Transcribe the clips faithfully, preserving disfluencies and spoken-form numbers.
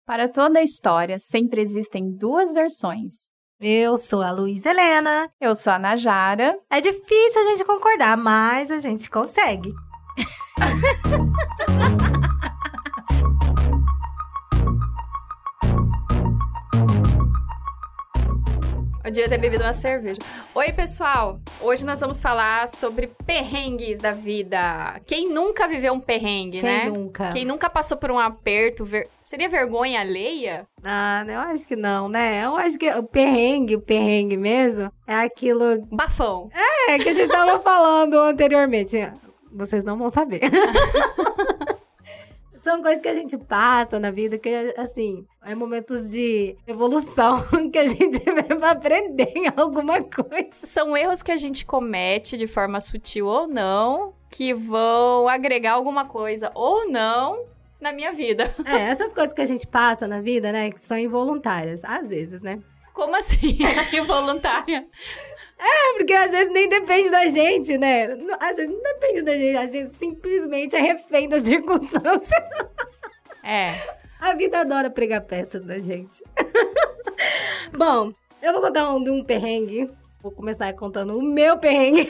Para toda a história, sempre existem duas versões. Eu sou a Luísa Helena. Eu sou a Najara. É difícil a gente concordar, mas a gente consegue. Eu devia ter bebido uma cerveja. Oi, pessoal! Hoje nós vamos falar sobre perrengues da vida. Quem nunca viveu um perrengue, Quem né? Quem nunca? Quem nunca passou por um aperto... Ver... Seria vergonha alheia? Ah, eu acho que não, né? Eu acho que o perrengue, o perrengue mesmo, é aquilo... Bafão. É, que a gente tava falando anteriormente. Vocês não vão saber. São coisas que a gente passa na vida, que, assim, é momentos de evolução que a gente vem pra aprender em alguma coisa. São erros que a gente comete de forma sutil ou não, que vão agregar alguma coisa ou não na minha vida. É, essas coisas que a gente passa na vida, né, que são involuntárias, às vezes, né? Como assim, involuntária? É, porque às vezes nem depende da gente, né? Às vezes não depende da gente, a gente simplesmente é refém das circunstâncias. É. A vida adora pregar peças da gente. Bom, eu vou contar um de um perrengue. Vou começar contando o meu perrengue.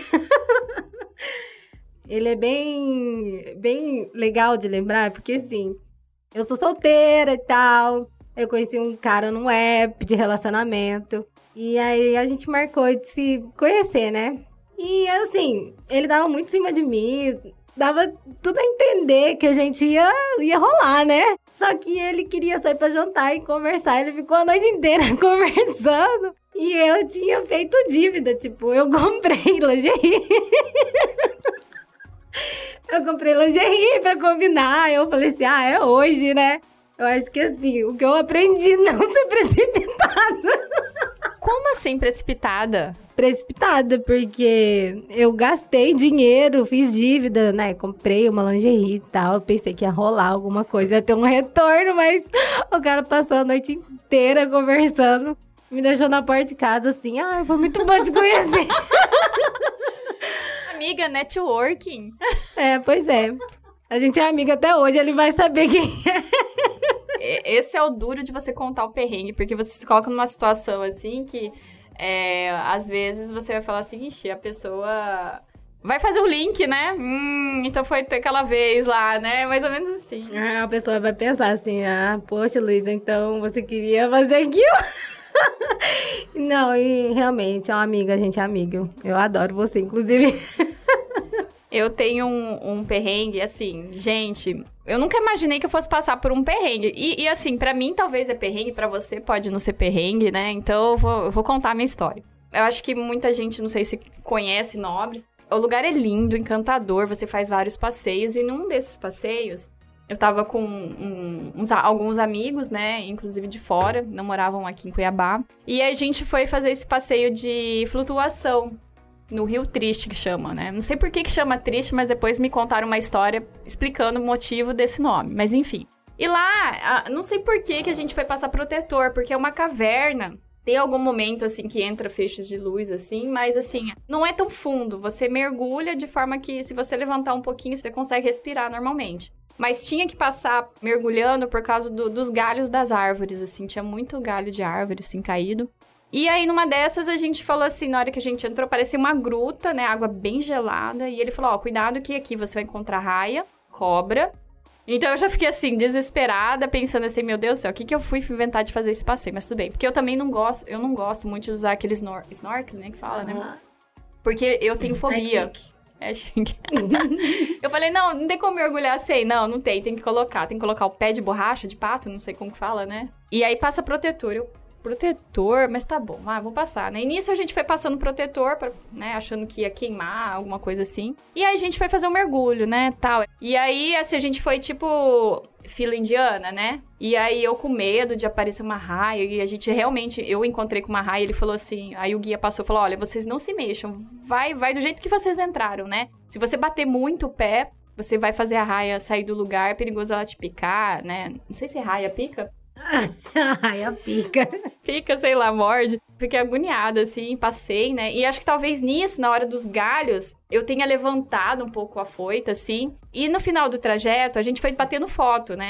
Ele é bem, bem legal de lembrar, porque assim, eu sou solteira e tal. Eu conheci um cara num app de relacionamento. E aí a gente marcou de se conhecer, né? E assim, ele dava muito em cima de mim, dava tudo a entender que a gente ia, ia rolar, né? Só que ele queria sair pra jantar e conversar, ele ficou a noite inteira conversando. E eu tinha feito dívida, tipo, eu comprei lingerie. Eu comprei lingerie pra combinar, eu falei assim, ah, é hoje, né? Eu acho que assim, o que eu aprendi não ser precipitada. Como assim precipitada? Precipitada, porque eu gastei dinheiro, fiz dívida, né? Comprei uma lingerie e tal. Eu pensei que ia rolar alguma coisa, ia ter um retorno, mas o cara passou a noite inteira conversando. Me deixou na porta de casa assim, ah, foi muito bom te conhecer. Amiga, networking. É, pois é. A gente é amiga até hoje, ele vai saber quem é. Esse é o duro de você contar o perrengue, porque você se coloca numa situação assim que, é, às vezes, você vai falar assim, ixi, a pessoa vai fazer o link, né? Hum, então foi aquela vez lá, né? Mais ou menos assim. Ah, a pessoa vai pensar assim, ah, poxa, Luísa, então você queria fazer aquilo? Não, e realmente, é uma amiga, a gente é amigo. Eu adoro você, inclusive. Eu tenho um, um perrengue, assim, gente, eu nunca imaginei que eu fosse passar por um perrengue. E, e assim, pra mim talvez é perrengue, pra você pode não ser perrengue, né? Então eu vou, eu vou contar a minha história. Eu acho que muita gente, não sei se conhece Nobres. O lugar é lindo, encantador, você faz vários passeios. E num desses passeios, eu tava com um, uns, alguns amigos, né? Inclusive de fora, não moravam aqui em Cuiabá. E a gente foi fazer esse passeio de flutuação. No Rio Triste, que chama, né? Não sei por que que chama Triste, mas depois me contaram uma história explicando o motivo desse nome. Mas enfim. E lá, não sei por que que a gente foi passar protetor, porque é uma caverna. Tem algum momento, assim, que entra feixes de luz, assim, mas, assim, não é tão fundo. Você mergulha de forma que, se você levantar um pouquinho, você consegue respirar normalmente. Mas tinha que passar mergulhando por causa do, dos galhos das árvores, assim. Tinha muito galho de árvore, assim, caído. E aí, numa dessas, a gente falou assim, na hora que a gente entrou, parecia uma gruta, né? Água bem gelada. E ele falou, ó, cuidado que aqui você vai encontrar raia, cobra. Então, eu já fiquei assim, desesperada, pensando assim, meu Deus do céu, o que que eu fui inventar de fazer esse passeio? Mas tudo bem, porque eu também não gosto, eu não gosto muito de usar aquele snor snorkel, né, que fala, uhum. né? Porque eu tenho fobia. É chique. É chique. Eu falei, não, não tem como mergulhar sem. Não, não tem, tem que colocar. Tem que colocar o pé de borracha, de pato, não sei como que fala, né? E aí, passa protetor, eu... Protetor, mas tá bom, ah, vou passar, né? Início a gente foi passando protetor, pra, né, achando que ia queimar, alguma coisa assim. E aí a gente foi fazer um mergulho, né, tal. E aí, assim, a gente foi tipo fila indiana, né? E aí eu com medo de aparecer uma raia, e a gente realmente, eu encontrei com uma raia, ele falou assim, aí o guia passou e falou, olha, vocês não se mexam, vai, vai do jeito que vocês entraram, né? Se você bater muito o pé, você vai fazer a raia sair do lugar, é perigoso ela te picar, né? Não sei se raia pica. Ai, a pica. Pica, sei lá, morde. Fiquei agoniada, assim, passei, né? E acho que talvez nisso, na hora dos galhos, eu tenha levantado um pouco a foita, assim. E no final do trajeto, a gente foi batendo foto, né?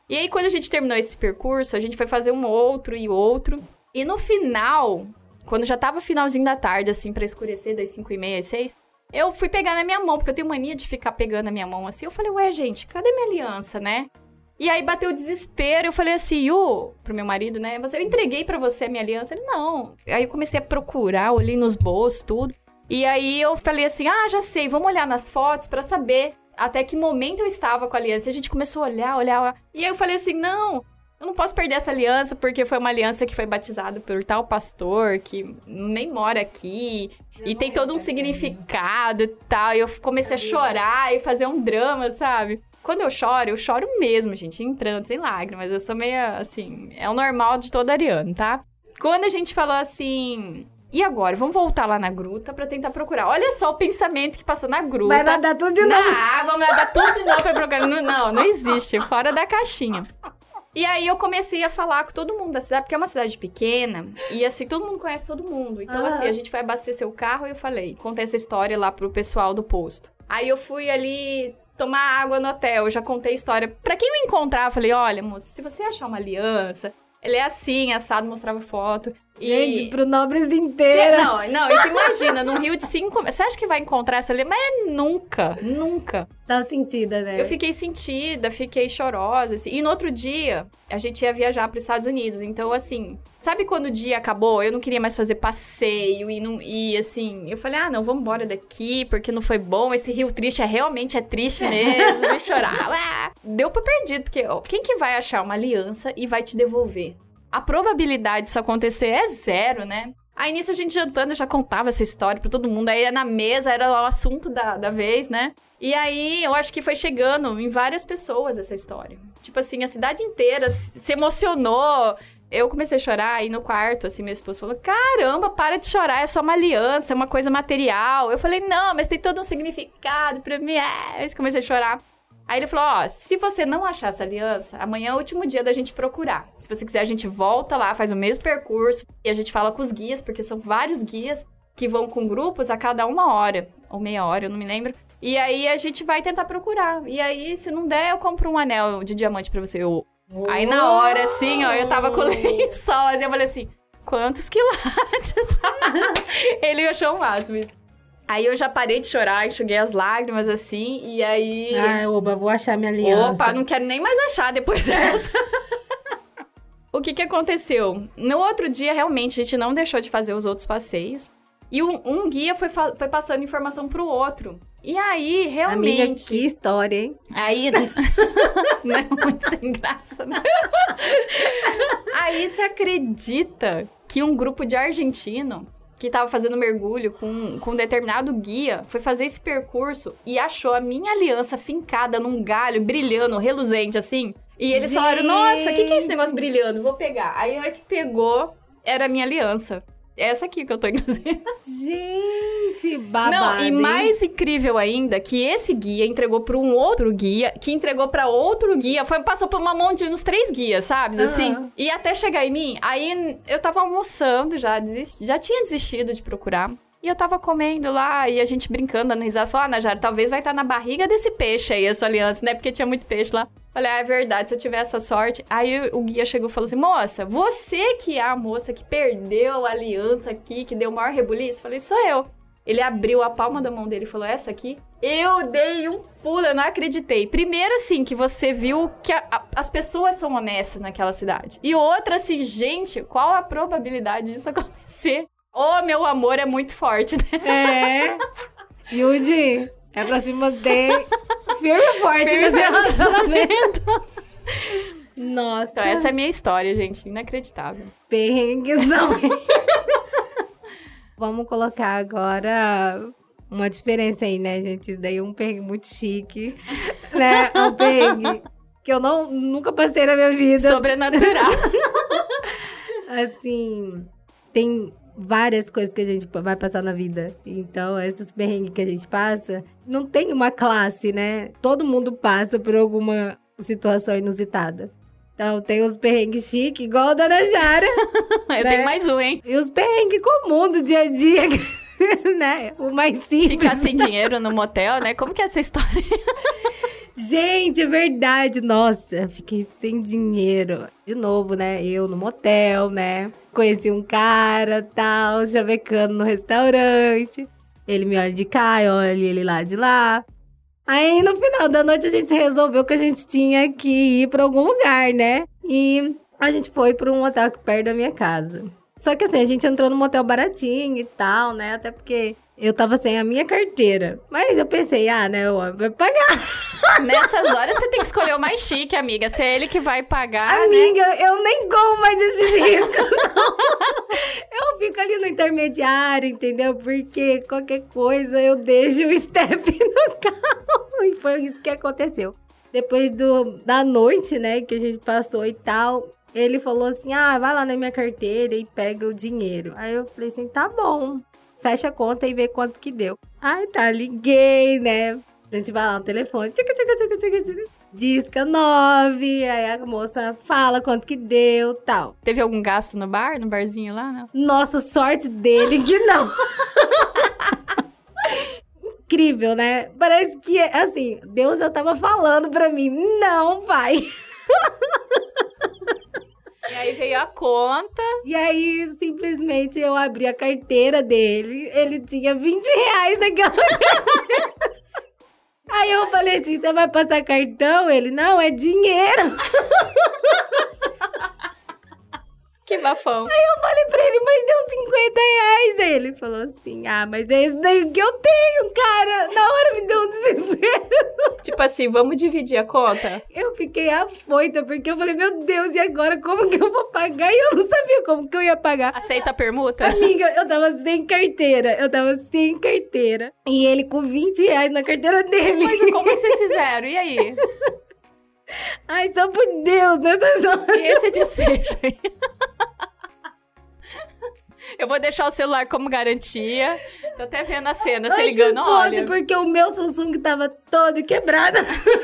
E aí, quando a gente terminou esse percurso, a gente foi fazer um outro e outro. E no final, quando já tava finalzinho da tarde, assim, pra escurecer, das cinco e meia às seis, eu fui pegar na minha mão, porque eu tenho mania de ficar pegando na minha mão assim. Eu falei, ué, gente, cadê minha aliança, né? E aí bateu o desespero, eu falei assim, Yu, pro meu marido, né? Eu entreguei pra você a minha aliança. Ele, não. Aí eu comecei a procurar, olhei nos bolsos, tudo. E aí eu falei assim, ah, já sei, vamos olhar nas fotos pra saber até que momento eu estava com a aliança. E a gente começou a olhar, olhar, olhar. E aí eu falei assim, não, eu não posso perder essa aliança, porque foi uma aliança que foi batizada por tal pastor, que nem mora aqui, eu e tem todo um significado e tal. E eu comecei a chorar e fazer um drama, sabe? Quando eu choro, eu choro mesmo, gente, em prantos, em lágrimas. Eu sou meio, assim, é o normal de todo ariano, tá? Quando a gente falou assim, e agora? Vamos voltar lá na gruta pra tentar procurar. Olha só o pensamento que passou na gruta. Vai nadar tudo de na novo. Na água, vai nadar tudo de novo pra procurar. Não, não, não existe, fora da caixinha. E aí eu comecei a falar com todo mundo da cidade, porque é uma cidade pequena, e assim, todo mundo conhece todo mundo. Então, ah. assim, a gente foi abastecer o carro e eu falei, contei essa história lá pro pessoal do posto. Aí eu fui ali tomar água no hotel, eu já contei a história. Pra quem me encontrar, eu falei, olha, moça, se você achar uma aliança, ele é assim, assado, mostrava foto. Gente, e... pro Nobres inteira. Não, não, e tu imagina, num Rio de cinco... Você acha que vai encontrar essa aliança? Mas nunca, nunca. Tá sentida, né? Eu fiquei sentida, fiquei chorosa, assim. E no outro dia, a gente ia viajar para os Estados Unidos. Então, assim, sabe quando o dia acabou? Eu não queria mais fazer passeio e, não, e assim... Eu falei, ah, não, vamos embora daqui, porque não foi bom. Esse Rio triste é realmente é triste mesmo. Vai chorar. Ah, deu pra perdido, porque ó, quem que vai achar uma aliança e vai te devolver? A probabilidade disso acontecer é zero, né? Aí, nisso, a gente jantando, eu já contava essa história pra todo mundo. Aí, na mesa, era o assunto da, da vez, né? E aí, eu acho que foi chegando em várias pessoas essa história. Tipo assim, a cidade inteira se emocionou. Eu comecei a chorar aí no quarto, assim, meu esposo falou, caramba, para de chorar, é só uma aliança, é uma coisa material. Eu falei, não, mas tem todo um significado pra mim. É. Eu comecei a chorar. Aí ele falou, ó, se você não achar essa aliança, amanhã é o último dia da gente procurar. Se você quiser, a gente volta lá, faz o mesmo percurso e a gente fala com os guias, porque são vários guias que vão com grupos a cada uma hora, ou meia hora, eu não me lembro. E aí a gente vai tentar procurar. E aí, se não der, eu compro um anel de diamante pra você. Eu... Oh. Aí na hora, assim, ó, eu tava com lençol, assim, eu falei assim, quantos quilates? Ele achou o máximo. Aí eu já parei de chorar, enxuguei as lágrimas, assim, e aí... Ai, oba, vou achar minha aliança. Opa, não quero nem mais achar depois dessa. O que que aconteceu? No outro dia, realmente, a gente não deixou de fazer os outros passeios. E um, um guia foi, foi passando informação pro outro. E aí, realmente... Amiga, que história, hein? Aí... não é muito sem graça, né? Aí, você acredita que um grupo de argentino... que tava fazendo mergulho com, com um determinado guia, foi fazer esse percurso e achou a minha aliança fincada num galho, brilhando, reluzente, assim. E eles Gente. falaram, nossa, o que, que é esse negócio brilhando? Vou pegar. Aí, a hora que pegou, era a minha aliança. Essa aqui que eu tô, inclusive. Gente, babado. Não, e mais incrível ainda, que esse guia entregou pra um outro guia, que entregou pra outro guia, foi, passou por uma mão de uns três guias, sabe? Assim, uhum. E até chegar em mim, aí eu tava almoçando, já, desist, já tinha desistido de procurar. E eu tava comendo lá, e a gente brincando, dando risada. Falei, ah, Najara, talvez vai estar na barriga desse peixe aí, a sua aliança, né? Porque tinha muito peixe lá. Falei, ah, é verdade, se eu tiver essa sorte... Aí o guia chegou e falou assim, moça, você que é a moça que perdeu a aliança aqui, que deu o maior rebuliço? Falei, sou eu. Ele abriu a palma da mão dele e falou, essa aqui? Eu dei um pulo, eu não acreditei. Primeiro, assim, que você viu que a, a, as pessoas são honestas naquela cidade. E outra, assim, gente, qual a probabilidade disso acontecer? Oh, meu amor é muito forte, né? É. Yudi, é pra se manter firme e forte firme nesse relacionamento. Nossa. Então, essa é a minha história, gente. Inacreditável. Perrenguezão. Vamos colocar agora uma diferença aí, né, gente? Isso daí é um perrengue muito chique, né? Um perrengue que eu não, nunca passei na minha vida. Sobrenatural. Assim, tem... várias coisas que a gente vai passar na vida. Então, esses perrengues que a gente passa, não tem uma classe, né? Todo mundo passa por alguma situação inusitada. Então, tem os perrengues chiques, igual a da Najara. Eu né? tenho mais um, hein? E os perrengues comuns do dia a dia, né? O mais simples. Ficar sem dinheiro no motel, né? Como que é essa história? Gente, é verdade. Nossa, fiquei sem dinheiro. De novo, né? Eu no motel, né? Conheci um cara, tal, chavecando no restaurante. Ele me olha de cá, eu olho ele lá de lá. Aí, no final da noite, a gente resolveu que a gente tinha que ir pra algum lugar, né? E a gente foi pra um hotel aqui perto da minha casa. Só que assim, a gente entrou num motel baratinho e tal, né? Até porque eu tava sem a minha carteira. Mas eu pensei, ah, né, o homem vai pagar. Nessas horas você tem que escolher o mais chique, amiga. Se é ele que vai pagar, Amiga, né? eu nem corro mais esses riscos, não. Eu fico ali no intermediário, entendeu? Porque qualquer coisa eu deixo o step no carro. E foi isso que aconteceu. Depois do, da noite, né, que a gente passou e tal, ele falou assim, ah, vai lá na minha carteira e pega o dinheiro. Aí eu falei assim, tá bom. Fecha a conta e vê quanto que deu. Ai, tá, liguei, né? A gente vai lá no telefone. Tchica, tchica, tchica, tchica, tchica. Disca nove. Aí a moça fala quanto que deu, tal. Teve algum gasto no bar, no barzinho lá, não? Nossa, sorte dele que não. Incrível, né? Parece que, assim, Deus já tava falando pra mim, não vai. E aí veio a conta. E aí, simplesmente, eu abri a carteira dele. Ele tinha vinte reais naquela carteira. Aí eu falei assim, você vai passar cartão? Ele, não, é dinheiro. Que bafão. Aí eu falei pra ele, mas deu cinquenta reais. Aí ele falou assim, ah, mas é isso daí que eu tenho, cara. Na hora me deu um desespero. Tipo assim, vamos dividir a conta? Eu fiquei afoita, porque eu falei, meu Deus, e agora como que eu vou pagar? E eu não sabia como que eu ia pagar. Aceita a permuta? Amiga, eu tava sem carteira. Eu tava sem carteira. E ele com vinte reais na carteira dele. Mas como que vocês fizeram? E aí? Ai, só por Deus, nessas horas. E esse desfecho aí? Eu vou deixar o celular como garantia. Tô até vendo a cena, se Antes ligando, fosse, olha. porque o meu Samsung tava todo quebrado.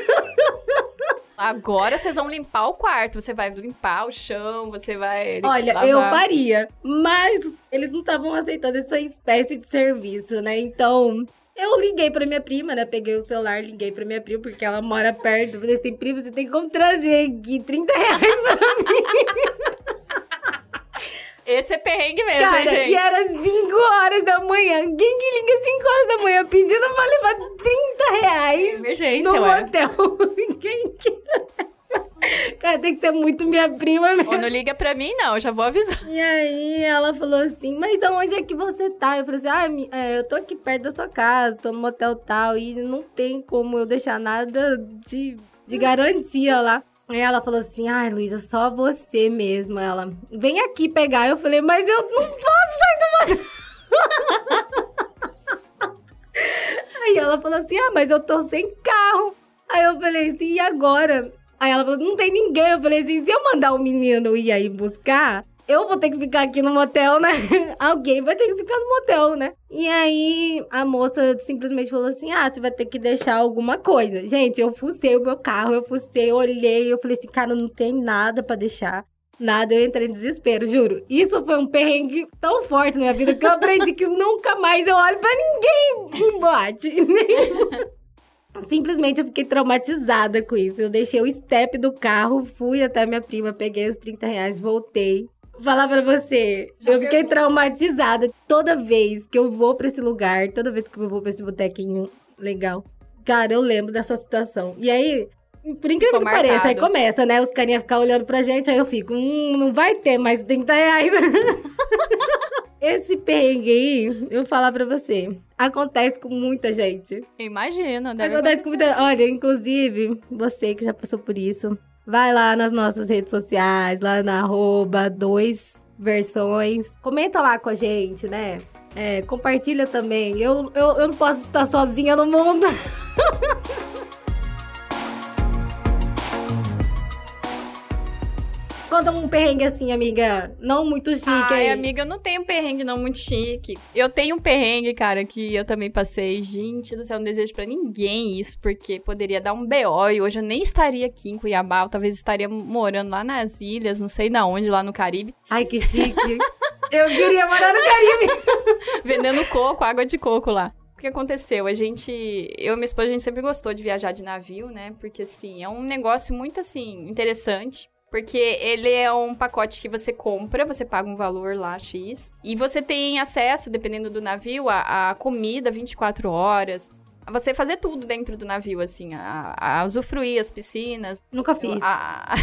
Agora vocês vão limpar o quarto. Você vai limpar o chão, você vai Olha, lavar. eu faria, mas eles não estavam aceitando essa espécie de serviço, né? Então, eu liguei pra minha prima, né? Peguei o celular, liguei pra minha prima, porque ela mora perto. Falei assim, prima, você tem como trazer aqui trinta reais pra mim? Esse é perrengue mesmo, Cara, hein, gente? e era cinco horas da manhã. Quem que liga cinco horas da manhã pedindo pra levar trinta reais Emergência, no ué. motel? Quem que... Cara, tem que ser muito minha prima mesmo. Ou não liga pra mim, não, já vou avisar. E aí, ela falou assim, mas aonde é que você tá? Eu falei assim, ah, mi- é, eu tô aqui perto da sua casa, tô no motel tal, e não tem como eu deixar nada de, de garantia lá. Aí ela falou assim, ai, Luísa, só você mesmo. Ela, vem aqui pegar. Eu falei, mas eu não posso sair do motel. Aí ela falou assim, ah, mas eu tô sem carro. Aí eu falei assim, e agora? Aí ela falou, não tem ninguém. Eu falei assim, se eu mandar o menino ir aí buscar, eu vou ter que ficar aqui no motel, né? Alguém vai ter que ficar no motel, né? E aí, a moça simplesmente falou assim, ah, você vai ter que deixar alguma coisa. Gente, eu fucei o meu carro, eu fucei, eu olhei, eu falei assim, cara, não tem nada pra deixar. Nada, eu entrei em desespero, juro. Isso foi um perrengue tão forte na minha vida que eu aprendi que nunca mais eu olho pra ninguém em boate. Simplesmente eu fiquei traumatizada com isso. Eu deixei o step do carro, fui até minha prima, peguei os trinta reais, voltei. Vou falar pra você, eu fiquei traumatizada. Toda vez que eu vou pra esse lugar, toda vez que eu vou pra esse botequinho legal, cara, eu lembro dessa situação. E aí, por incrível que Ficou pareça, aí marcado. começa, né? Os carinha ficam olhando pra gente, aí eu fico, hum, não vai ter mais trinta reais. Esse perrengue aí, eu vou falar pra você, acontece com muita gente. Imagina, deve Acontece com muita... Olha, inclusive, você que já passou por isso, vai lá nas nossas redes sociais, lá na arroba dois versões. Comenta lá com a gente, né? É, compartilha também. Eu, eu, eu não posso estar sozinha no mundo. Conta um perrengue assim, amiga. Não muito chique Ai, aí. amiga, eu não tenho perrengue não muito chique. Eu tenho um perrengue, cara, que eu também passei. Gente do céu, não desejo pra ninguém isso, porque poderia dar um B O e hoje eu nem estaria aqui em Cuiabá, eu talvez estaria morando lá nas ilhas, não sei na onde, lá no Caribe, Ai, que chique. Eu queria morar no Caribe. vendendo coco, água de coco lá. que aconteceu? A gente, eu e minha esposa, a gente sempre gostou de viajar de navio, né? Porque, assim, é um negócio muito, assim, interessante. Porque ele é um pacote que você compra, você paga um valor lá, X. E você tem acesso, dependendo do navio, a, a comida vinte e quatro horas. A você fazer tudo dentro do navio, assim. A, a usufruir as piscinas. Nunca fiz. A...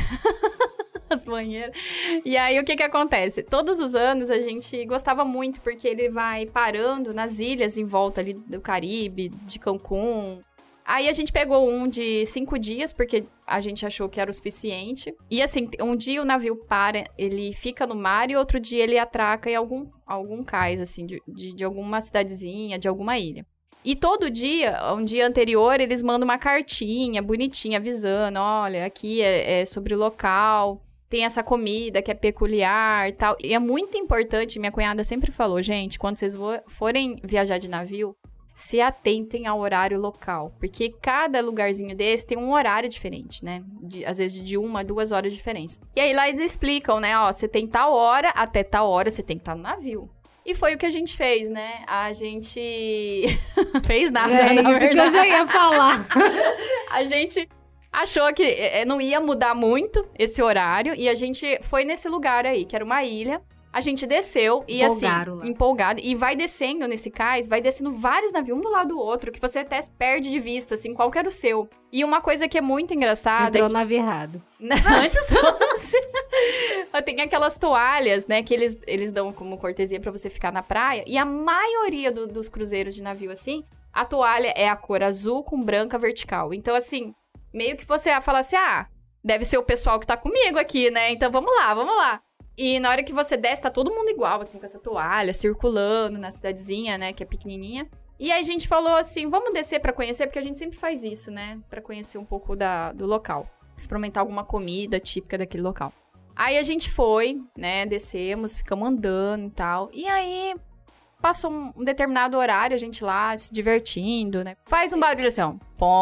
as banheiras. E aí, o que que acontece? Todos os anos, a gente gostava muito, porque ele vai parando nas ilhas em volta ali do Caribe, de Cancún. Aí a gente pegou um de cinco dias, porque a gente achou que era o suficiente. E assim, um dia o navio para, ele fica no mar e outro dia ele atraca em algum, algum cais, assim, de, de, de alguma cidadezinha, de alguma ilha. E todo dia, um dia anterior, eles mandam uma cartinha bonitinha, avisando, olha, aqui é, é sobre o local, tem essa comida que é peculiar e tal. E é muito importante, minha cunhada sempre falou, gente, quando vocês forem viajar de navio, se atentem ao horário local, porque cada lugarzinho desse tem um horário diferente, né? De, às vezes de uma a duas horas de diferença. E aí lá eles explicam, né? Ó, você tem tal hora, até tal hora você tem que estar no navio. E foi o que a gente fez, né? A gente fez nada, é, na isso verdade. que eu já ia falar. A gente achou que é, não ia mudar muito esse horário e a gente foi nesse lugar aí, que era uma ilha. A gente desceu e Empolgaram assim, lá. empolgado, e vai descendo nesse cais, vai descendo vários navios, um do lado do outro, que você até perde de vista, assim, qual que era o seu. E uma coisa que é muito engraçada... Entrou é no que... navio errado. Antes fosse... Tem aquelas toalhas, né, que eles, eles dão como cortesia pra você ficar na praia, e a maioria do, dos cruzeiros de navio, assim, a toalha é a cor azul com branca vertical. Então, assim, meio que você fala assim, ah, deve ser o pessoal que tá comigo aqui, né, então vamos lá, vamos lá. E na hora que você desce, tá todo mundo igual, assim, com essa toalha, circulando na cidadezinha, né, que é pequenininha. E aí a gente falou assim, vamos descer pra conhecer, porque a gente sempre faz isso, né, pra conhecer um pouco da, do local. Experimentar alguma comida típica daquele local. Aí a gente foi, né, descemos, ficamos andando e tal. E aí passou um, um determinado horário, a gente lá se divertindo, né. Faz um barulho assim, ó.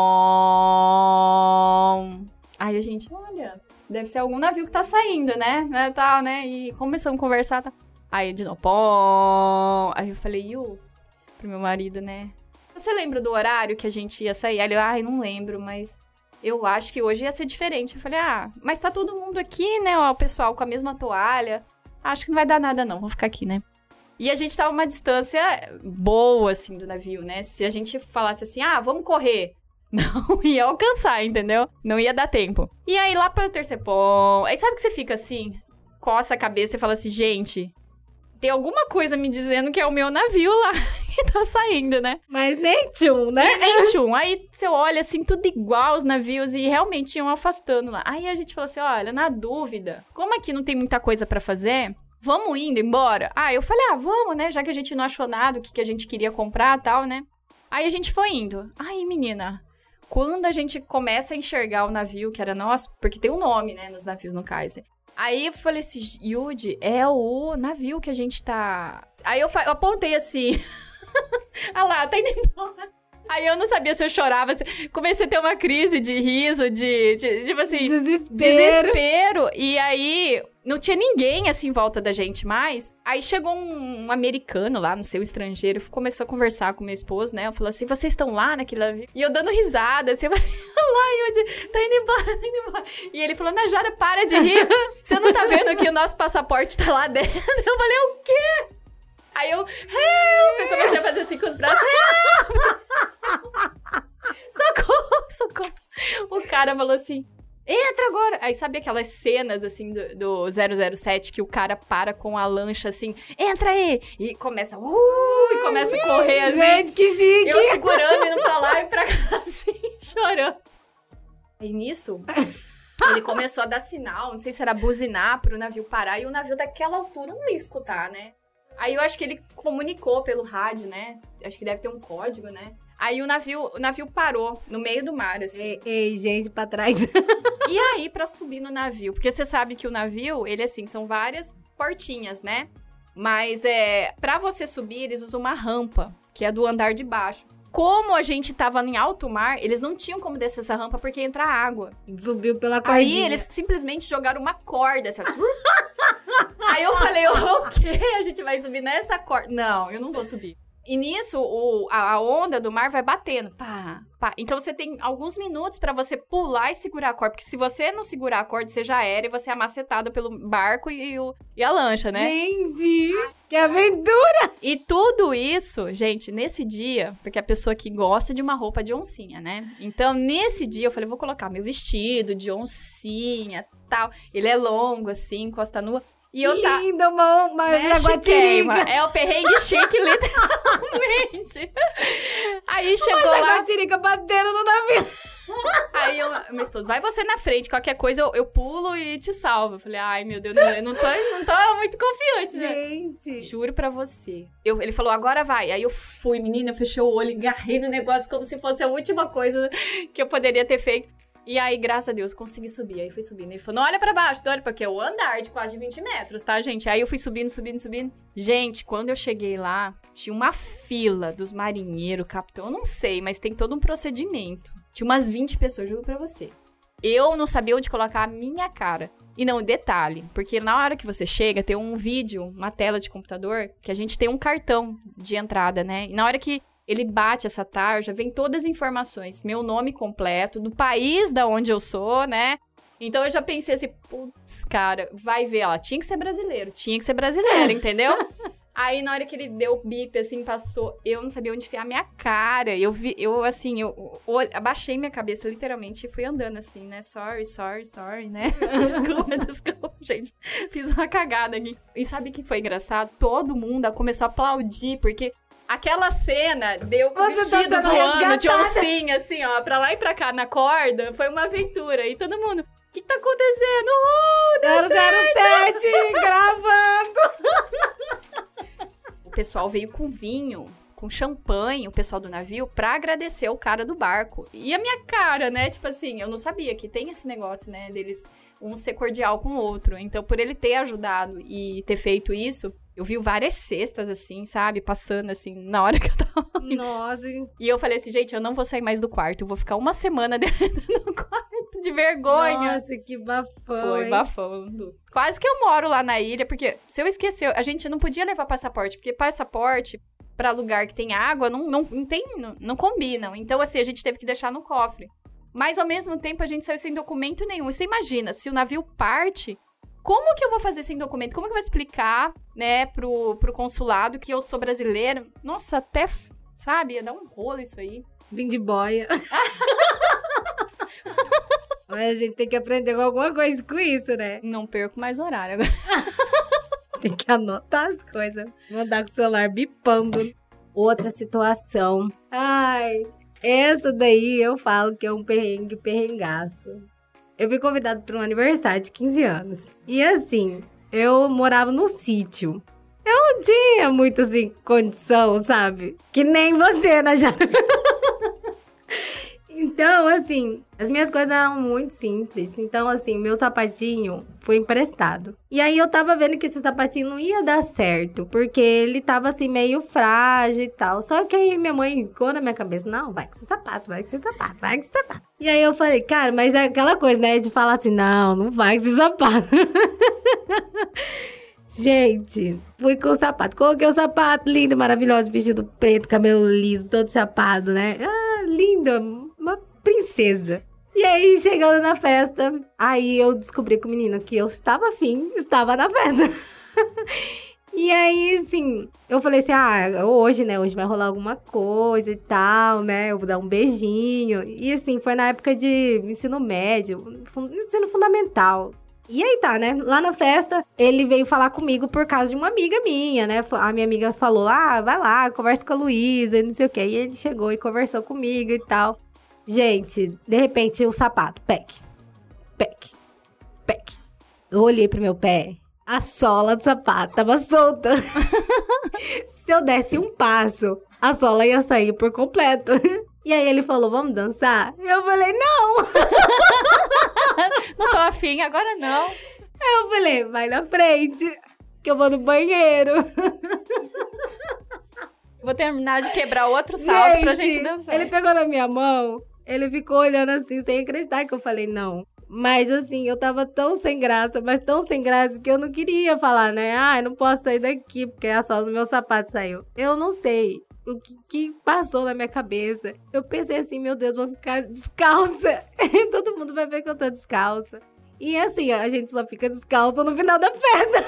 Pom. Aí a gente, olha... Deve ser algum navio que tá saindo, né? né tal, né? E começamos a conversar. Tá? Aí, de novo, pom. Aí eu falei, Yu, pro meu marido, né? Você lembra do horário que a gente ia sair? Aí ele, ai, não lembro, mas eu acho que hoje ia ser diferente. Eu falei, ah, mas tá todo mundo aqui, né? Ó, o pessoal com a mesma toalha. Acho que não vai dar nada, não. Vou ficar aqui, né? E a gente tava uma distância boa, assim, do navio, né? Se a gente falasse assim, ah, vamos correr. Não ia alcançar, entendeu? Não ia dar tempo. E aí, lá pelo terceiro ponto... Aí, sabe que você fica assim? Coça a cabeça e fala assim, gente... Tem alguma coisa me dizendo que é o meu navio lá que tá saindo, né? Mas nem tchum, né? E nem tchum. Aí, você olha, assim, tudo igual os navios e realmente iam afastando lá. Aí, a gente falou assim, olha, na dúvida... Como aqui não tem muita coisa pra fazer... Vamos indo embora? Ah, eu falei, ah, vamos, né? Já que a gente não achou nada, o que, que a gente queria comprar e tal, né? Aí, a gente foi indo. Aí, menina... Quando a gente começa a enxergar o navio, que era nosso, porque tem um nome, né, nos navios no Kaiser. Aí eu falei assim, Yudi, é o navio que a gente tá... Aí eu, eu apontei assim, ah lá, tá indo embora. Aí eu não sabia se eu chorava, assim, comecei a ter uma crise de riso, de, de tipo assim... Desespero. Desespero. E aí, não tinha ninguém, assim, em volta da gente mais. Aí chegou um, um americano lá, não sei, um estrangeiro, começou a conversar com meu esposo, né? Eu falei assim, vocês estão lá naquele navio? E eu dando risada, assim, eu falei, lá, Yudi, tá indo embora, tá indo embora. E ele falou, Najara, para de rir. Você não tá vendo que o nosso passaporte tá lá dentro? Eu falei, o quê? Aí eu, help! Eu comecei a fazer assim com os braços, help! Socorro, socorro. O cara falou assim, entra agora. Aí sabe aquelas cenas, assim, do, do zero zero sete, que o cara para com a lancha, assim, entra aí! E começa, uh, e começa a correr, assim. Gente, que chique! Eu segurando, indo pra lá e pra cá, assim, chorando. E nisso... Ele começou a dar sinal, não sei se era buzinar pro navio parar, e o navio daquela altura não ia escutar, né? Aí eu acho que ele comunicou pelo rádio, né? Acho que deve ter um código, né? Aí o navio, o navio parou no meio do mar, assim. Ei, ei, gente, pra trás. E aí, pra subir no navio? Porque você sabe que o navio, ele, assim, são várias portinhas, né? Mas, é, pra você subir, eles usam uma rampa, que é do andar de baixo. Como a gente tava em alto mar, eles não tinham como descer essa rampa porque ia entrar água. Subiu pela cordinha. Aí eles simplesmente jogaram uma corda, assim, ó. Aí eu falei, o quê? A gente vai subir nessa corda? Não, eu não vou subir. E nisso, o, a, a onda do mar vai batendo. Pá, pá. Então, você tem alguns minutos pra você pular e segurar a corda. Porque se você não segurar a corda, você já era e você é amacetada pelo barco e, e, o, e a lancha, né? Gente, que aventura! E tudo isso, gente, nesse dia... Porque a pessoa que gosta de uma roupa de oncinha, né? Então, nesse dia, eu falei, vou colocar meu vestido de oncinha e tal. Ele é longo, assim, costa nua. E eu tá... Linda, uma, uma né, jaguatirica. É o perrengue chique, literalmente. Aí chegou Uma lá... jaguatirica batendo no navio. Aí eu, meu esposo, vai você na frente, qualquer coisa eu, eu pulo e te salvo. Eu falei, ai meu Deus, eu não tô, não tô muito confiante, né? Gente. Juro pra você. Eu, ele falou, agora vai. Aí eu fui, menina, eu fechei o olho, agarrei no negócio como se fosse a última coisa que eu poderia ter feito. E aí, graças a Deus, consegui subir. Aí fui subindo. Ele falou, não olha pra baixo, não olha, porque é o andar de quase vinte metros, tá, gente? Aí eu fui subindo, subindo, subindo. Gente, quando eu cheguei lá, tinha uma fila dos marinheiros, capitão, eu não sei, mas tem todo um procedimento. Tinha umas vinte pessoas, juro pra você. Eu não sabia onde colocar a minha cara. E não, detalhe, porque na hora que você chega, tem um vídeo, uma tela de computador, que a gente tem um cartão de entrada, né? E na hora que ele bate essa tarja, vem todas as informações. Meu nome completo, do país da onde eu sou, né? Então eu já pensei assim, putz, cara, vai ver, ela tinha que ser brasileiro, tinha que ser brasileiro, entendeu? Aí na hora que ele deu o bip, assim, passou, eu não sabia onde enfiar a minha cara. Eu vi, eu assim, eu, eu abaixei minha cabeça literalmente e fui andando assim, né? Sorry, sorry, sorry, né? Desculpa, desculpa, gente. Fiz uma cagada aqui. E sabe o que foi engraçado? Todo mundo começou a aplaudir, porque aquela cena deu com o vestido tá voando de oncinha, assim, ó, pra lá e pra cá na corda, foi uma aventura. E todo mundo, o que, que tá acontecendo? Uh, zero zero sete, gravando! O pessoal veio com vinho, com champanhe, o pessoal do navio, pra agradecer o cara do barco. E a minha cara, né, tipo assim, eu não sabia que tem esse negócio, né, deles um ser cordial com o outro. Então, por ele ter ajudado e ter feito isso... Eu vi várias cestas, assim, sabe? Passando, assim, na hora que eu tava... Nossa. E eu falei assim, gente, eu não vou sair mais do quarto. Eu vou ficar uma semana dentro do quarto de vergonha. Nossa, que bafão. Foi, hein? bafão. Quase que eu moro lá na ilha, porque se eu esquecer... A gente não podia levar passaporte, porque passaporte pra lugar que tem água não, não, não tem... Não, não combinam. Então, assim, a gente teve que deixar no cofre. Mas, ao mesmo tempo, a gente saiu sem documento nenhum. E você imagina, se o navio parte... Como que eu vou fazer sem documento? Como que eu vou explicar, né, pro, pro consulado que eu sou brasileira? Nossa, até, sabe, ia dar um rolo isso aí. Vim de boia. Mas a gente tem que aprender alguma coisa com isso, né? Não perco mais horário agora. Tem que anotar as coisas. Mandar com o celular bipando. Outra situação. Ai, essa daí eu falo que é um perrengue, perrengaço. Eu fui convidada para um aniversário de quinze anos. E assim, eu morava no sítio. Eu não tinha muito, assim, condição, sabe? Que nem você, né, Jana? Então, assim, as minhas coisas eram muito simples. Então, assim, meu sapatinho foi emprestado. E aí, eu tava vendo que esse sapatinho não ia dar certo. Porque ele tava, assim, meio frágil e tal. Só que aí, minha mãe ficou na minha cabeça. Não, vai com esse sapato, vai com esse sapato, vai com esse sapato. E aí, eu falei, cara, mas é aquela coisa, né? De falar assim, não, não vai com esse sapato. Gente, fui com o sapato. Coloquei o sapato, lindo, maravilhoso. Vestido preto, cabelo liso, todo chapado, né? Ah, lindo, princesa. E aí, chegando na festa, aí eu descobri com o menino que eu estava afim, estava na festa. E aí, assim, eu falei assim, ah, hoje, né, hoje vai rolar alguma coisa e tal, né, eu vou dar um beijinho. E assim, foi na época de ensino médio, ensino fundamental. E aí tá, né, lá na festa, ele veio falar comigo por causa de uma amiga minha, né, a minha amiga falou, ah, vai lá, conversa com a Luísa, não sei o quê. E ele chegou e conversou comigo e tal. Gente, de repente, o sapato, pec, pec, pec. Eu olhei pro meu pé, a sola do sapato tava solta. Se eu desse um passo, a sola ia sair por completo. E aí ele falou, vamos dançar? Eu falei, não. Não tô afim, agora não. Eu falei, vai na frente, que eu vou no banheiro. Vou terminar de quebrar outro salto gente, pra gente dançar. Ele pegou na minha mão, ele ficou olhando assim, sem acreditar que eu falei não. Mas assim, eu tava tão sem graça, mas tão sem graça que eu não queria falar, né? Ah, eu não posso sair daqui porque a sola do meu sapato saiu. Eu não sei o que, que passou na minha cabeça. Eu pensei assim, meu Deus, vou ficar descalça. Todo mundo vai ver que eu tô descalça. E assim, a gente só fica descalço no final da festa.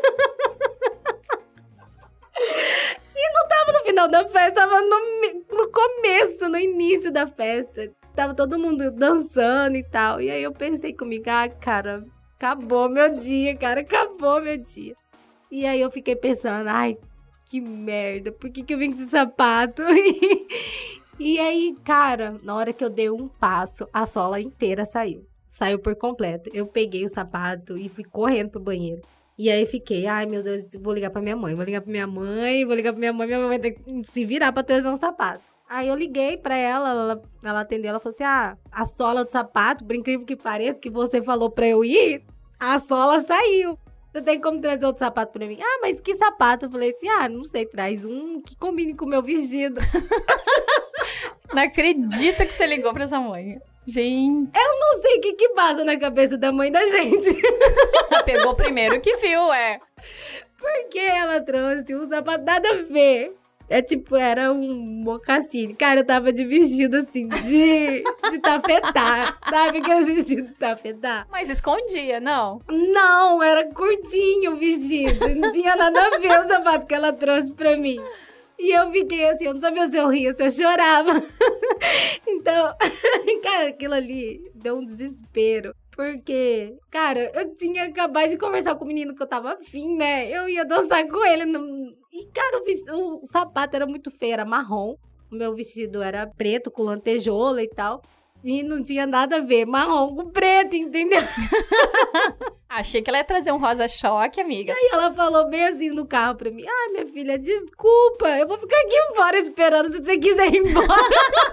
E não tava no final da festa, tava no, no começo, no início da festa. Tava todo mundo dançando e tal. E aí eu pensei comigo, ah, cara, acabou meu dia, cara, acabou meu dia. E aí eu fiquei pensando, ai, que merda, por que que eu vim com esse sapato? E aí, cara, na hora que eu dei um passo, a sola inteira saiu. Saiu por completo. Eu peguei o sapato e fui correndo pro banheiro. E aí fiquei, ai meu Deus, vou ligar pra minha mãe, vou ligar pra minha mãe, vou ligar pra minha mãe, minha mãe vai ter que se virar pra trazer um sapato. Aí eu liguei pra ela, ela, ela atendeu, ela falou assim, ah, a sola do sapato, por incrível que pareça, que você falou pra eu ir, a sola saiu. Você tem como trazer outro sapato pra mim? Ah, mas que sapato? Eu falei assim, ah, não sei, traz um que combine com o meu vestido. Não acredito que você ligou pra sua mãe. Gente. Eu não sei o que que passa na cabeça da mãe da gente. Pegou primeiro que viu, é. Porque ela trouxe um sapato nada a ver. É tipo, era um mocassine. Cara, eu tava de vestido assim, de, de tafetá. Sabe aqueles vestidos de tafetá? Mas escondia, não? Não, era curtinho o vestido. Não tinha nada a ver o sapato que ela trouxe pra mim. E eu fiquei assim, eu não sabia se eu ria, se eu chorava. Então, cara, aquilo ali deu um desespero. Porque, cara, eu tinha acabado de conversar com o menino que eu tava afim, né? Eu ia dançar com ele. No... E, cara, o, vestido, o sapato era muito feio, era marrom. O meu vestido era preto, com lantejoula e tal. E não tinha nada a ver, marrom com preto, entendeu? Achei que ela ia trazer um rosa-choque, amiga. E aí ela falou bem assim no carro pra mim, ai, minha filha, desculpa, eu vou ficar aqui fora esperando se você quiser ir embora.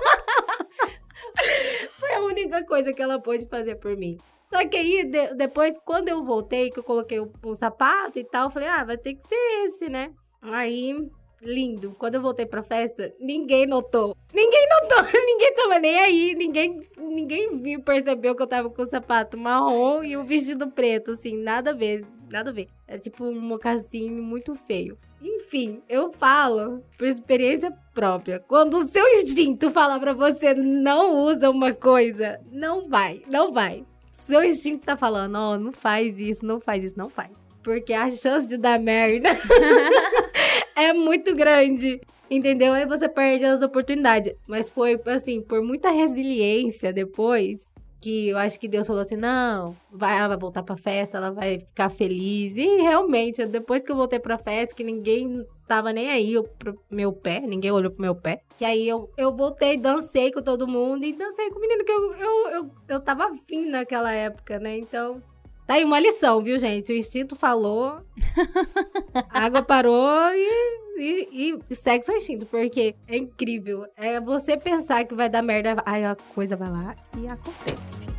Foi a única coisa que ela pôde fazer por mim. Só que aí, de, depois, quando eu voltei, que eu coloquei o, o sapato e tal, eu falei, ah, vai ter que ser esse, né? Aí... Lindo. Quando eu voltei pra festa, ninguém notou. Ninguém notou. Ninguém tava nem aí. Ninguém, ninguém viu, percebeu que eu tava com o sapato marrom e o vestido preto, assim. Nada a ver. Nada a ver. É tipo um mocassim muito feio. Enfim, eu falo por experiência própria. Quando o seu instinto fala pra você não usa uma coisa, não vai. Não vai. Seu instinto tá falando, ó, oh, não faz isso, não faz isso, não faz. Porque a chance de dar merda é muito grande, entendeu? Aí você perde as oportunidades. Mas foi, assim, por muita resiliência depois, que eu acho que Deus falou assim, não, vai, ela vai voltar pra festa, ela vai ficar feliz. E realmente, depois que eu voltei pra festa, que ninguém tava nem aí pro meu pé, ninguém olhou pro meu pé. Que aí eu, eu voltei, dancei com todo mundo e dancei com o menino que eu, eu, eu, eu tava afim naquela época, né? Então... Tá aí uma lição, viu, gente? O instinto falou, a água parou e, e, e segue seu instinto, porque é incrível. É você pensar que vai dar merda, aí a coisa vai lá e acontece.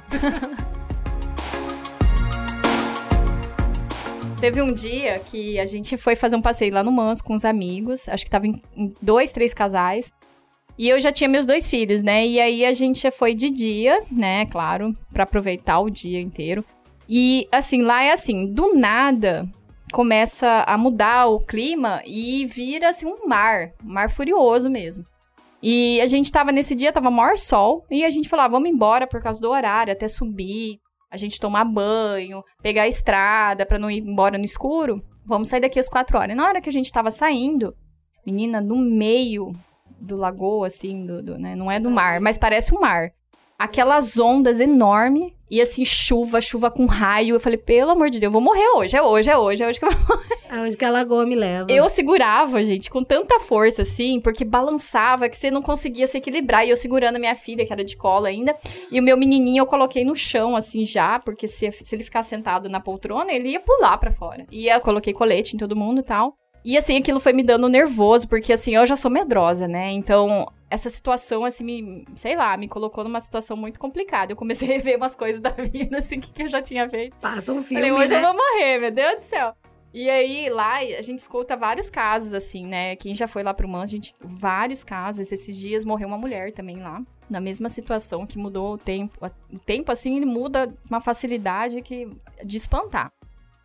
Teve um dia que a gente foi fazer um passeio lá no Manso com os amigos, acho que tava em, em dois, três casais. E eu já tinha meus dois filhos, né? E aí a gente já foi de dia, né? Claro, pra aproveitar o dia inteiro. E, assim, lá é assim, do nada começa a mudar o clima e vira, assim, um mar, um mar furioso mesmo. E a gente tava, nesse dia, tava maior sol, e a gente falava, vamos embora por causa do horário, até subir, a gente tomar banho, pegar a estrada pra não ir embora no escuro. Vamos sair daqui às quatro horas. E na hora que a gente tava saindo, menina, no meio do lagoa, assim, do, do, né, não é do mar, mas parece um mar. Aquelas ondas enormes, e assim, chuva, chuva com raio. Eu falei, pelo amor de Deus, eu vou morrer hoje, é hoje, é hoje, é hoje que eu vou morrer. É hoje que a lagoa me leva. Eu segurava, gente, com tanta força, assim, porque balançava, que você não conseguia se equilibrar. E eu segurando a minha filha, que era de colo ainda, e o meu menininho eu coloquei no chão, assim, já, porque se, se ele ficar sentado na poltrona, ele ia pular pra fora. E eu coloquei colete em todo mundo e tal. E, assim, aquilo foi me dando nervoso, porque, assim, eu já sou medrosa, né? Então... Essa situação, assim, me, sei lá, me colocou numa situação muito complicada. Eu comecei a rever umas coisas da vida, assim, que, que eu já tinha feito. Passa um filme, Falei, hoje né? eu vou morrer, meu Deus do céu. E aí, lá, a gente escuta vários casos, assim, né? Quem já foi lá pro Manso, a gente... Vários casos. Esses dias morreu uma mulher também lá. Na mesma situação, que mudou o tempo. O tempo, assim, ele muda uma facilidade que, de espantar.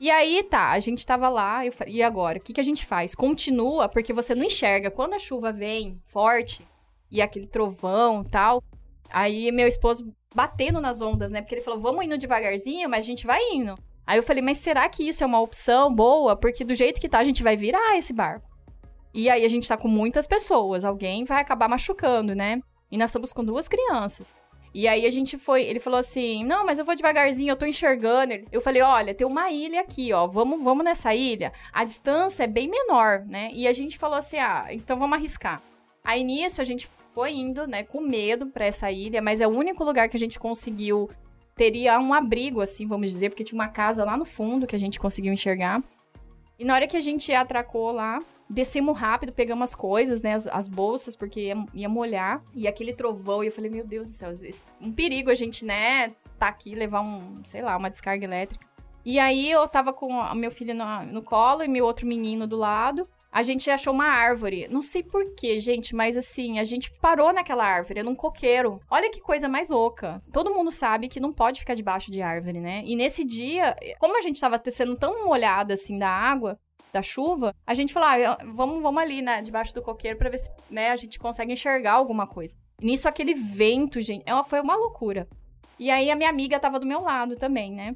E aí, tá, a gente tava lá, eu falei, e agora? O que, que a gente faz? Continua, porque você não enxerga. Quando a chuva vem forte, e aquele trovão e tal, aí meu esposo batendo nas ondas, né? Porque ele falou, vamos indo devagarzinho, mas a gente vai indo. Aí eu falei, mas será que isso é uma opção boa? Porque do jeito que tá, a gente vai virar esse barco. E aí a gente tá com muitas pessoas, alguém vai acabar machucando, né? E nós estamos com duas crianças. E aí a gente foi, ele falou assim, não, mas eu vou devagarzinho, eu tô enxergando. Eu falei, olha, tem uma ilha aqui, ó, vamos, vamos nessa ilha. A distância é bem menor, né? E a gente falou assim, ah, então vamos arriscar. Aí nisso a gente foi indo, né, com medo pra essa ilha, mas é o único lugar que a gente conseguiu, teria um abrigo, assim, vamos dizer, porque tinha uma casa lá no fundo que a gente conseguiu enxergar. E na hora que a gente atracou lá, descemos rápido, pegamos as coisas, né, as, as bolsas, porque ia, ia molhar. E aquele trovão, e eu falei, meu Deus do céu, um perigo a gente, né, tá aqui, levar um, sei lá, uma descarga elétrica. E aí eu tava com o meu filho no, no colo e meu outro menino do lado. A gente achou uma árvore. Não sei porquê, gente, mas assim, a gente parou naquela árvore, num coqueiro. Olha que coisa mais louca. Todo mundo sabe que não pode ficar debaixo de árvore, né? E nesse dia, como a gente tava sendo tão molhada, assim, da água, da chuva, a gente falou, ah, vamos, vamos ali, né, debaixo do coqueiro pra ver se, né, a gente consegue enxergar alguma coisa. E nisso, aquele vento, gente, foi uma loucura. E aí, a minha amiga tava do meu lado também, né?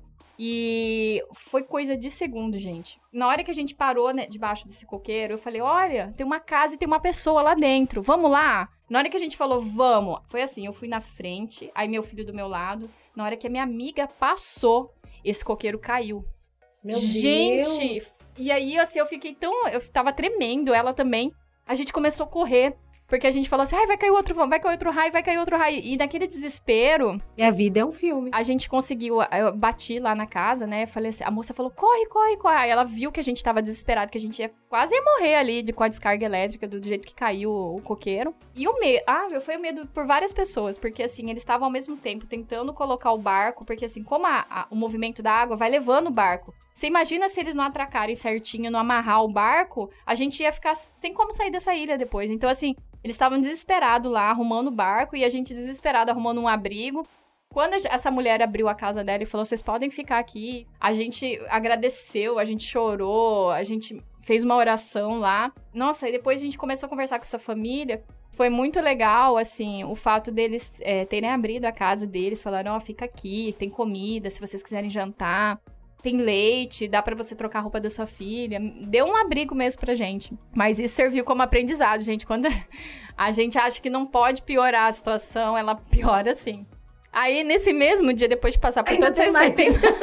E foi coisa de segundo, gente. Na hora que a gente parou, né, debaixo desse coqueiro, eu falei, olha, tem uma casa e tem uma pessoa lá dentro, vamos lá? Na hora que a gente falou, vamos, foi assim, eu fui na frente, aí meu filho do meu lado, na hora que a minha amiga passou, esse coqueiro caiu. Meu gente, Deus. E aí, assim, eu fiquei tão, eu tava tremendo, ela também, a gente começou a correr. Porque a gente falou assim, ai, vai cair outro vão, vai cair outro raio, vai cair outro raio. E naquele desespero... Minha vida é um filme. A gente conseguiu, eu bati lá na casa, né? Falei assim, a moça falou, corre, corre, corre. Aí ela viu que a gente tava desesperado, que a gente ia quase ia morrer ali de, com a descarga elétrica, do, do jeito que caiu o, o coqueiro. E o medo, ah, foi o medo por várias pessoas, porque assim, eles estavam ao mesmo tempo tentando colocar o barco, porque assim, como a, a, o movimento da água vai levando o barco. Você imagina se eles não atracarem certinho, não amarrar o barco, a gente ia ficar sem como sair dessa ilha depois. Então assim... Eles estavam desesperados lá, arrumando o barco, e a gente desesperado, arrumando um abrigo. Quando essa mulher abriu a casa dela e falou, vocês podem ficar aqui, a gente agradeceu, a gente chorou, a gente fez uma oração lá. Nossa, e depois a gente começou a conversar com essa família. Foi muito legal, assim, o fato deles é, terem abrido a casa deles, falaram, ó, oh, fica aqui, tem comida, se vocês quiserem jantar. Tem leite, dá pra você trocar a roupa da sua filha. Deu um abrigo mesmo pra gente. Mas isso serviu como aprendizado, gente. Quando a gente acha que não pode piorar a situação, ela piora sim. Aí, nesse mesmo dia, depois de passar por Ainda todas essas coisas...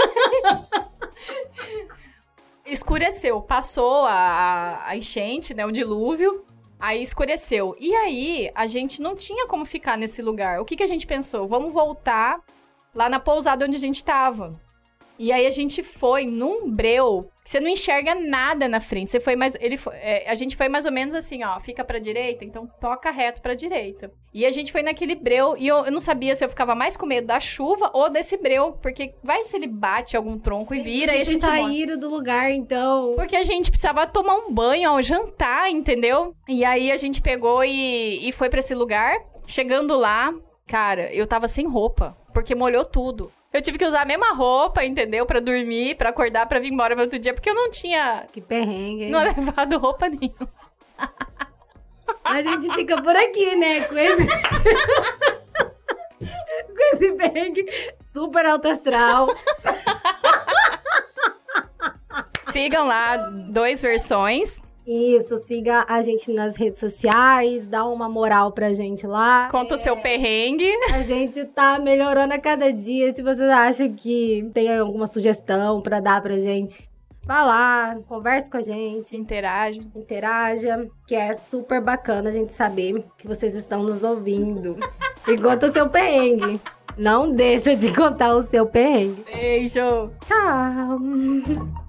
Escureceu. Passou a, a enchente, né? O dilúvio. Aí escureceu. E aí, a gente não tinha como ficar nesse lugar. O que, que a gente pensou? Vamos voltar lá na pousada onde a gente tava. E aí a gente foi num breu, que você não enxerga nada na frente. Você foi mais, ele foi, é, a gente foi mais ou menos assim, ó, fica pra direita, então toca reto pra direita. E a gente foi naquele breu, e eu, eu não sabia se eu ficava mais com medo da chuva ou desse breu, porque vai se ele bate algum tronco e vira, e a gente saíram do lugar, então... Porque a gente precisava tomar um banho, ó, jantar, entendeu? E aí a gente pegou e, e foi pra esse lugar. Chegando lá, cara, eu tava sem roupa, porque molhou tudo. Eu tive que usar a mesma roupa, entendeu? Pra dormir, pra acordar, pra vir embora no outro dia. Porque eu não tinha... Que perrengue, hein? Não levado roupa nenhuma. A gente fica por aqui, né? Com esse... Com esse perrengue super alto astral. Sigam lá, dois versões. Isso, siga a gente nas redes sociais, dá uma moral pra gente lá. Conta é... o seu perrengue. A gente tá melhorando a cada dia. Se você acha que tem alguma sugestão pra dar pra gente, vá lá, converse com a gente. Interage. Interaja, que é super bacana a gente saber que vocês estão nos ouvindo. E conta o seu perrengue. Não deixa de contar o seu perrengue. Beijo. Tchau.